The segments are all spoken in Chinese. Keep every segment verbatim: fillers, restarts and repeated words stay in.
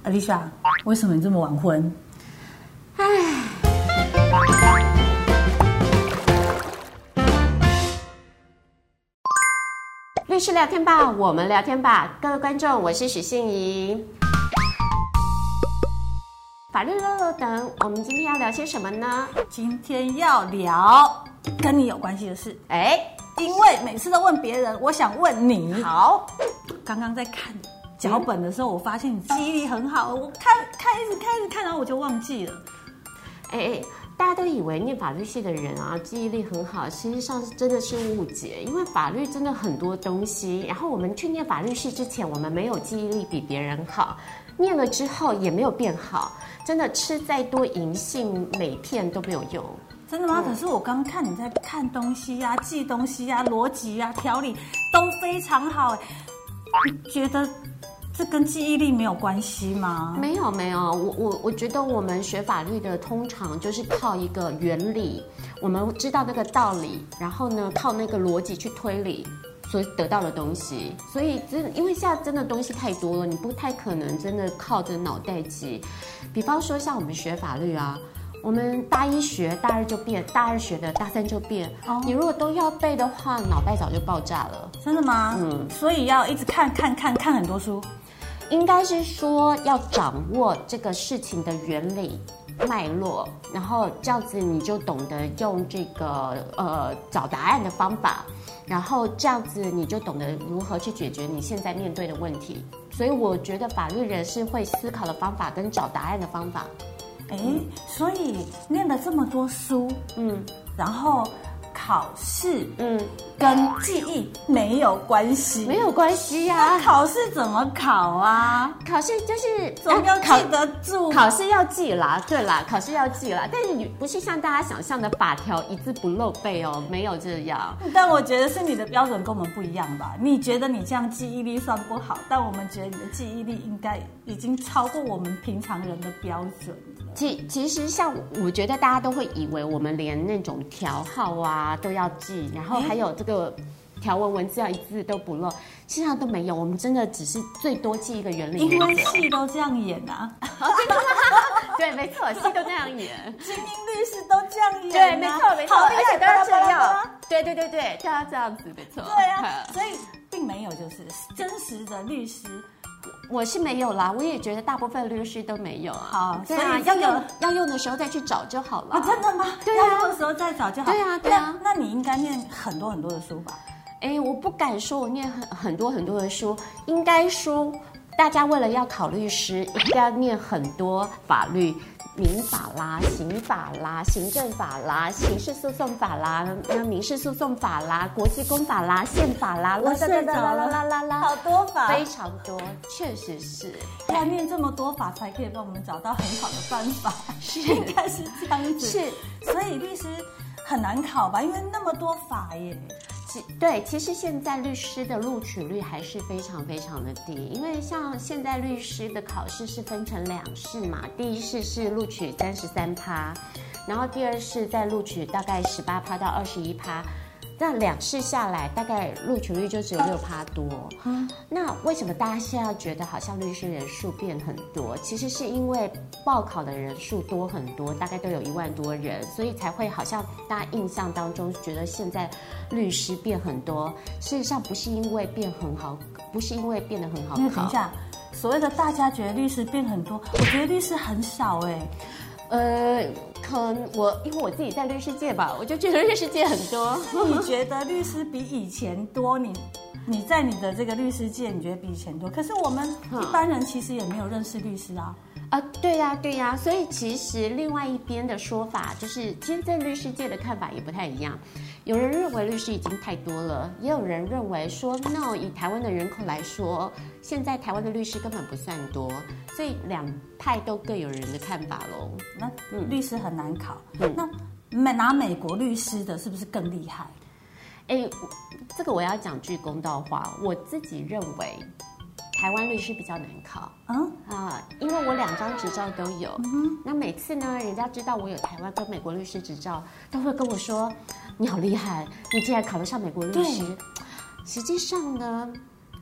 Alicia， 为什么你这么晚婚？ 唉，律师聊天吧，我们聊天吧，各位观众，我是许信怡。法律漏漏等，我们今天要聊些什么呢？ 今天要聊跟你有关系的事。 哎， 因为每次都问别人，我想问你。 好， 刚刚在看脚本的时候，我发现你记忆力很好，我看看一直看一直看，然后我就忘记了。 哎哎，大家都以为念法律系的人啊，记忆力很好，实际上是真的是误解，因为法律真的很多东西。然后我们去念法律系之前，我们没有记忆力比别人好，念了之后也没有变好，真的吃再多银杏镁片都没有用。 真的吗？嗯、可是我刚看你在看东西呀、啊、记东西呀、啊、逻辑呀、条理都非常好，你觉得这跟记忆力没有关系吗？ 没有没有，我我我觉得我们学法律的通常就是靠一个原理，我们知道那个道理，然后呢靠那个逻辑去推理所得到的东西。所以真因为现在真的东西太多了，你不太可能真的靠着脑袋记。比方说像我们学法律啊，我们大一学，大二就变；大二学的，大三就变。哦，你如果都要背的话，脑袋早就爆炸了。 真的吗？嗯，所以要一直看看看看很多书。 应该是说要掌握这个事情的原理脉络，然后这样子你就懂得用这个呃找答案的方法，然后这样子你就懂得如何去解决你现在面对的问题。所以我觉得法律人是会思考的方法跟找答案的方法。 哎，所以念了这么多书，嗯，然后考试，嗯，跟记忆没有关系， 没有关系呀、啊。 考试怎么考啊？ 考试就是总要记得住、 啊考。考试要记啦，对啦，考试要记啦。但是你不是像大家想象的法条一字不漏背哦，没有这样。 但我觉得是你的标准跟我们不一样吧？你觉得你这样记忆力算不好，但我们觉得你的记忆力应该已经超过我们平常人的标准。 其其实像我觉得大家都会以为我们连那种条号啊都要记，然后还有这个条文文字要一字都不漏，实际上都没有。我们真的只是最多记一个原理原则。 因为戏都这样演啊。 对，没错，戏都这样演， 精英律师都这样演、啊。 对，没错没错， 而且都要这样。对对对对，都要这样子，没错。 对啊，所以并没有就是真实的律师。 我是没有啦，我也觉得大部分律师都没有啊。 好， 对啊，要用要用的时候再去找就好了。 啊，真的吗？ 对啊， 要用的时候再找就好。 对啊，对啊。 那, 那你应该念很多很多的书吧？ 哎，我不敢说我念很很多很多的书，应该说大家为了要考律师，一定要念很多法律。民法啦、刑法啦、行政法啦、刑事诉讼法啦、民事诉讼法啦、国际公法啦、宪法啦， 我睡着了，啦啦啦，好多法， 非常多，确实是要念这么多法才可以帮我们找到很好的办法， 是应该是这样子。 是， 所以律师很难考吧？因为那么多法耶。 对，其实现在律师的录取率还是非常非常的低，因为像现在律师的考试是分成两试嘛，第一试是录取三十三趴，然后第二试再录取大概十八趴到二十一趴，那两试下来大概录取率就只有六趴多。嗯，那为什么大家现在觉得好像律师人数变很多？其实是因为报考的人数多很多，大概都有一万多人，所以才会好像大家印象当中觉得现在律师变很多。事实上不是因为变很好，不是因为变得很好考。 等一下，所谓的大家觉得律师变很多，我觉得律师很少哎、欸。 呃，可能我因为我自己在律师界吧，我就觉得律师界很多。 你觉得律师比以前多？你你在你的这个律师界，你觉得比以前多？可是我们一般人其实也没有认识律师啊。 啊，对呀、啊，对呀、啊，所以其实另外一边的说法就是，其实在律师界的看法也不太一样。有人认为律师已经太多了，也有人认为说 ，no， 以台湾的人口来说，现在台湾的律师根本不算多，所以两派都各有人的看法喽。 那、嗯、律师很难考，嗯、那美拿美国律师的是不是更厉害？ 哎，这个我要讲句公道话，我自己认为。台湾律师比较难考，嗯啊，因为我两张执照都有，嗯、那每次呢，人家知道我有台湾跟美国律师执照，都会跟我说：“你好厉害，你竟然考得上美国律师。”实际上呢，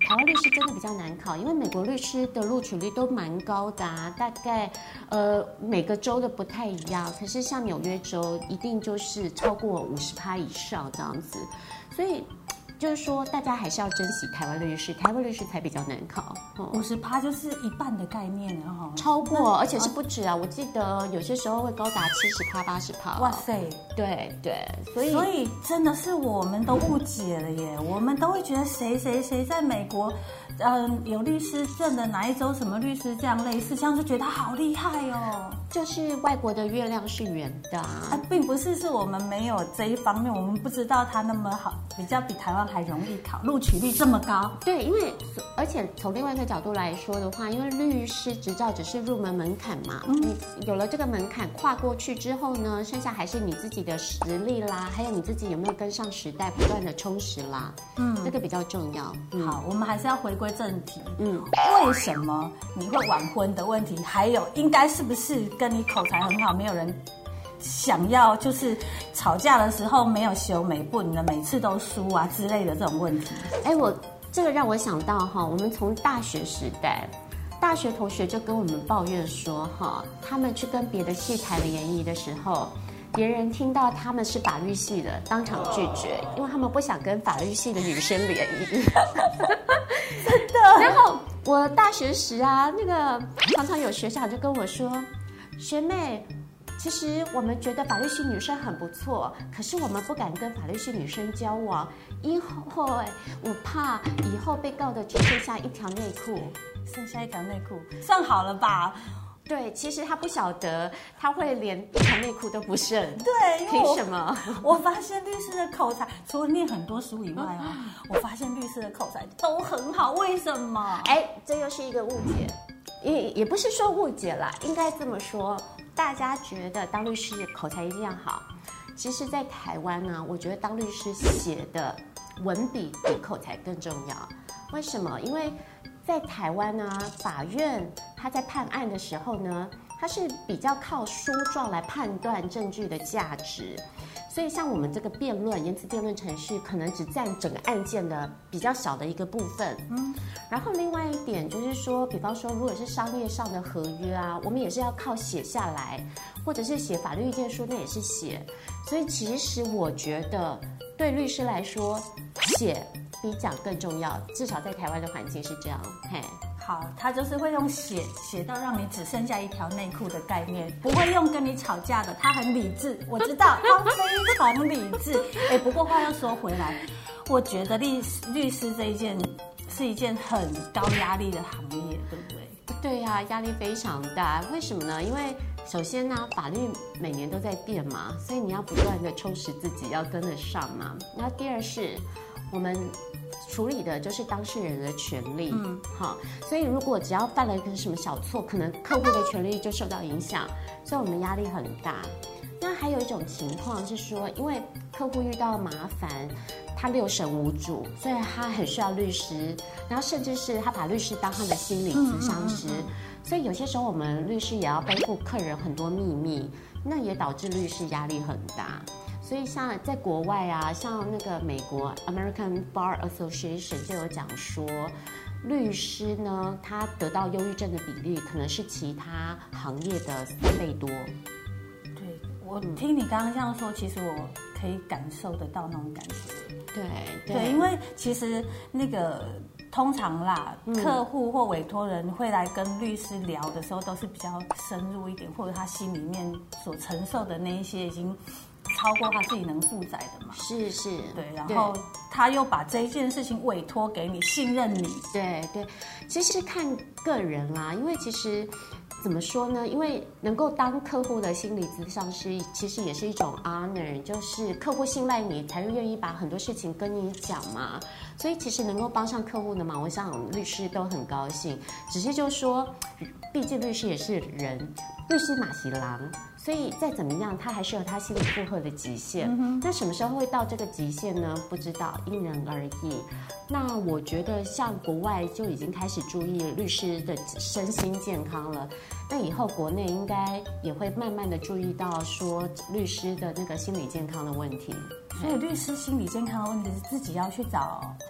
台湾律师真的比较难考，因为美国律师的录取率都蛮高的啊，大概呃每个州的不太一样，可是像纽约州一定就是超过五十趴以上这样子，所以就是说大家还是要珍惜台湾律师，台湾律师才比较难考。 五十趴就是一半的概念了哈， 超过，而且是不止啊！我记得有些时候会高达七十趴、八十趴。 哇塞， 对对，所以所以真的是我们都误解了耶，我们都会觉得谁谁谁在美国。嗯，有律师证的哪一州什么律师这样类似，这样就觉得他好厉害哦。 就是外国的月亮是圆的啊， 啊并不是是我们没有这一方面，我们不知道他那么好，比较比台湾还容易考，录取率这么高。 对，因为而且从另外一个角度来说的话，因为律师执照只是入门门槛嘛，嗯，你有了这个门槛跨过去之后呢，剩下还是你自己的实力啦，还有你自己有没有跟上时代，不断的充实啦，嗯，这个比较重要。 嗯、好，我们还是要回归正题，嗯，为什么你会晚婚的问题，还有应该是不是跟你口才很好，没有人想要就是吵架的时候没有修美不你的每次都输啊之类的这种问题。 哎，我这个让我想到哈，我们从大学时代，大学同学就跟我们抱怨说哈，他们去跟别的系谈联谊的时候，别人听到他们是法律系的，当场拒绝，因为他们不想跟法律系的女生联谊。 真的。 然后我大学时啊，那个常常有学长就跟我说，学妹，其实我们觉得法律系女生很不错，可是我们不敢跟法律系女生交往，因为我怕以后被告的只剩下一条内裤， 剩下一条内裤，算好了吧？ 对，其实他不晓得，他会连一条内裤都不剩。 对， 凭什么？ 我发现律师的口才，除了念很多书以外哦，我发现律师的口才都很好，为什么？ 哎，这又是一个误解，也也不是说误解啦，应该这么说，大家觉得当律师口才一定要好，其实，在台湾呢，我觉得当律师写的文笔比口才更重要。为什么？因为在台湾呢，法院他在判案的时候呢，他是比较靠书状来判断证据的价值，所以像我们这个辩论、言辞辩论程序，可能只占整个案件的比较小的一个部分。嗯，然后另外一点就是说，比方说，如果是商业上的合约啊，我们也是要靠写下来，或者是写法律意见书，那也是写。所以其实我觉得，对律师来说，写比讲更重要，至少在台湾的环境是这样。嘿， 好，他就是会用写写到让你只剩下一条内裤的概念，不会用跟你吵架的，他很理智，我知道他非常理智。哎，不过话又说回来，我觉得律律师这一件是一件很高压力的行业，对不对？ 对呀、啊，压力非常大。为什么呢？因为首先呢，法律每年都在变嘛，所以你要不断的充实自己，要跟得上嘛。然后第二是，我们处理的就是当事人的权利，嗯，好，所以如果只要犯了一个什么小错，可能客户的权利就受到影响，所以我们压力很大。那还有一种情况是说，因为客户遇到麻烦，他六神无主，所以他很需要律师，然后甚至是他把律师当他的心理咨商师，嗯嗯嗯嗯，所以有些时候我们律师也要背负客人很多秘密，那也导致律师压力很大。所以像在国外啊，像那个美国 American Bar Association 就有讲说，律师呢，他得到忧郁症的比例可能是其他行业的三倍多。 对，我听你刚刚这样说，其实我可以感受得到那种感觉。 对对, 对，因为其实那个通常啦，嗯、客户或委托人会来跟律师聊的时候，都是比较深入一点，或者他心里面所承受的那一些已经超过他自己能负载的嘛。 是是， 对，然后他又把这一件事情委托给你，信任你。 对对，其实看个人啦，因为其实。怎么说呢？因为能够当客户的心理咨商师，其实也是一种 honor， 就是客户信赖你，才会愿意把很多事情跟你讲嘛。所以其实能够帮上客户的忙，我想律师都很高兴。只是就说，毕竟律师也是人，律师马是狼，所以再怎么样，他还是有他心理负荷的极限。嗯、那什么时候会到这个极限呢？不知道，因人而异。那我觉得像国外就已经开始注意律师的身心健康了。那以后国内应该也会慢慢的注意到说律师的那个心理健康的问题。 所以律师心理健康的问题是自己要去找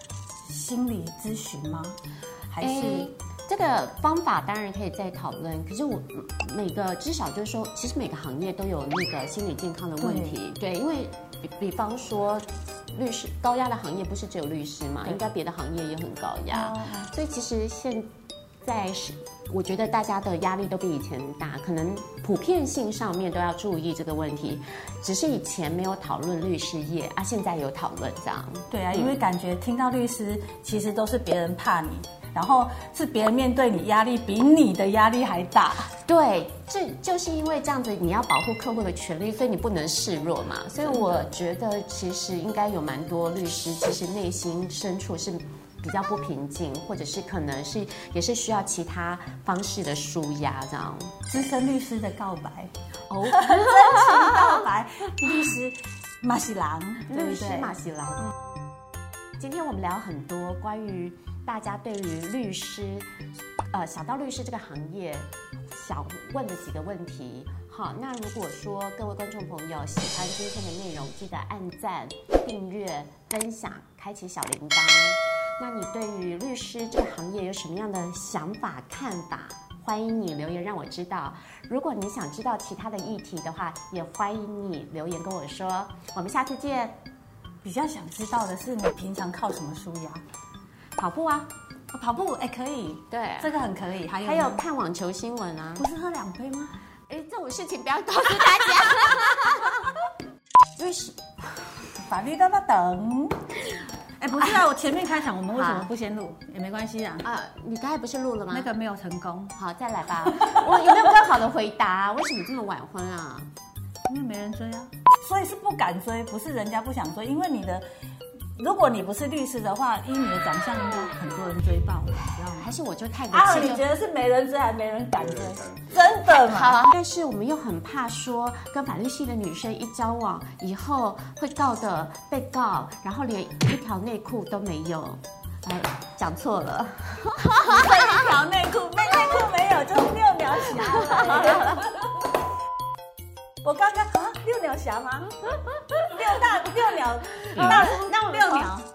心理咨询吗？还是？ 这个方法当然可以再讨论，可是我每个至少就是说，其实每个行业都有那个心理健康的问题，对，因为比比方说，律师高压的行业不是只有律师嘛，应该别的行业也很高压，哦、所以其实现在是我觉得大家的压力都比以前大，可能普遍性上面都要注意这个问题，只是以前没有讨论律师业啊，现在有讨论这样。 对啊，因为感觉听到律师，其实都是别人怕你。然后是别人面对你压力比你的压力还大， 对，这就是因为这样子，你要保护客户的权利，所以你不能示弱嘛。所以我觉得其实应该有蛮多律师，其实内心深处是比较不平静，或者是可能是也是需要其他方式的抒压这样。 资深律师的告白，哦，真情告白，律师马喜郎， 律师马喜郎。嗯，今天我们聊很多关于。大家对于律师，呃，小到律师这个行业，想问的几个问题。好，那如果说各位观众朋友喜欢今天的内容，记得按赞、订阅、分享、开启小铃铛。那你对于律师这个行业有什么样的想法、看法？欢迎你留言让我知道。如果你想知道其他的议题的话，也欢迎你留言跟我说。我们下次见。 比较想知道的是，你平常靠什么抒压？ 跑步啊， 哦、跑步哎、欸、可以， 对， 这个很可以。还有还有看网球新闻啊， 不是喝两杯吗？ 哎，这种事情不要告诉大家。律师， 法律都要等。哎，不是啊，我前面开场我们为什么不先录？也没关系啊。 啊，你刚才不是录了吗？ 那个没有成功。 好，再来吧。我有没有更好的回答？为什么这么晚婚啊？ 因为没人追啊，所以是不敢追，不是人家不想追，因为你的。如果你不是律师的话，依你的长相，应该很多人追爆了，你知道吗？ 还是我就太个啊？你觉得是没人追，还没人敢追？真的吗？ 好，但是我们又很怕说，跟法律系的女生一交往以后，会告的被告，然后连一条内裤都没有。呃，讲错了， 一条内裤，内内裤没有，就是六秒侠。我刚刚啊，六鸟侠吗？六大六鸟，那那六鸟。